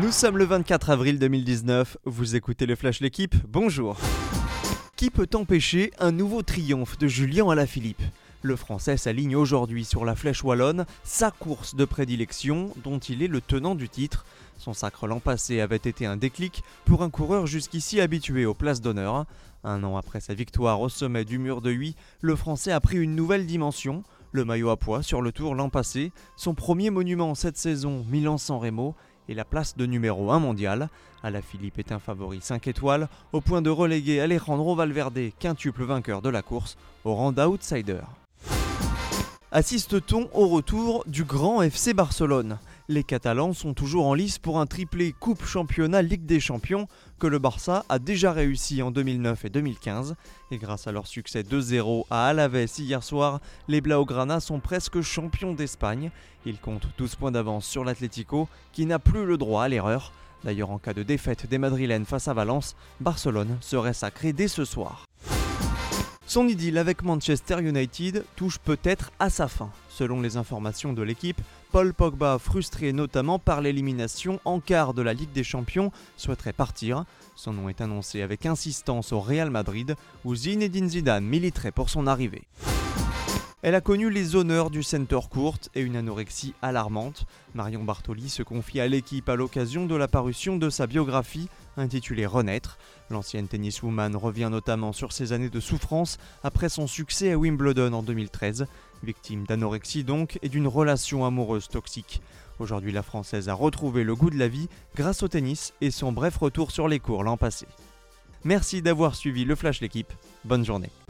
Nous sommes le 24 avril 2019, vous écoutez le Flash L'équipe, bonjour. Qui peut empêcher un nouveau triomphe de Julien Alaphilippe ? Le Français s'aligne aujourd'hui sur la Flèche Wallonne, sa course de prédilection dont il est le tenant du titre. Son sacre l'an passé avait été un déclic pour un coureur jusqu'ici habitué aux places d'honneur. Un an après sa victoire au sommet du Mur de Huy, le Français a pris une nouvelle dimension. Le maillot à pois sur le Tour l'an passé, son premier monument cette saison, Milan-San Remo, et la place de numéro 1 mondial. Alaphilippe est un favori 5 étoiles, au point de reléguer Alejandro Valverde, quintuple vainqueur de la course, au rang d'outsider. Assiste-t-on au retour du grand FC Barcelone ? Les Catalans sont toujours en lice pour un triplé Coupe Championnat Ligue des Champions que le Barça a déjà réussi en 2009 et 2015. Et grâce à leur succès 2-0 à Alavés hier soir, les Blaugrana sont presque champions d'Espagne. Ils comptent 12 points d'avance sur l'Atlético qui n'a plus le droit à l'erreur. D'ailleurs, en cas de défaite des Madrilènes face à Valence, Barcelone serait sacré dès ce soir. Son idylle avec Manchester United touche peut-être à sa fin. Selon les informations de l'équipe, Paul Pogba, frustré notamment par l'élimination en quart de la Ligue des Champions, souhaiterait partir. Son nom est annoncé avec insistance au Real Madrid, où Zinedine Zidane militerait pour son arrivée. Elle a connu les honneurs du center court et une anorexie alarmante. Marion Bartoli se confie à l'équipe à l'occasion de la parution de sa biographie intitulée Renaître. L'ancienne tenniswoman revient notamment sur ses années de souffrance après son succès à Wimbledon en 2013. Victime d'anorexie donc et d'une relation amoureuse toxique. Aujourd'hui, la Française a retrouvé le goût de la vie grâce au tennis et son bref retour sur les cours l'an passé. Merci d'avoir suivi le Flash L'équipe. Bonne journée.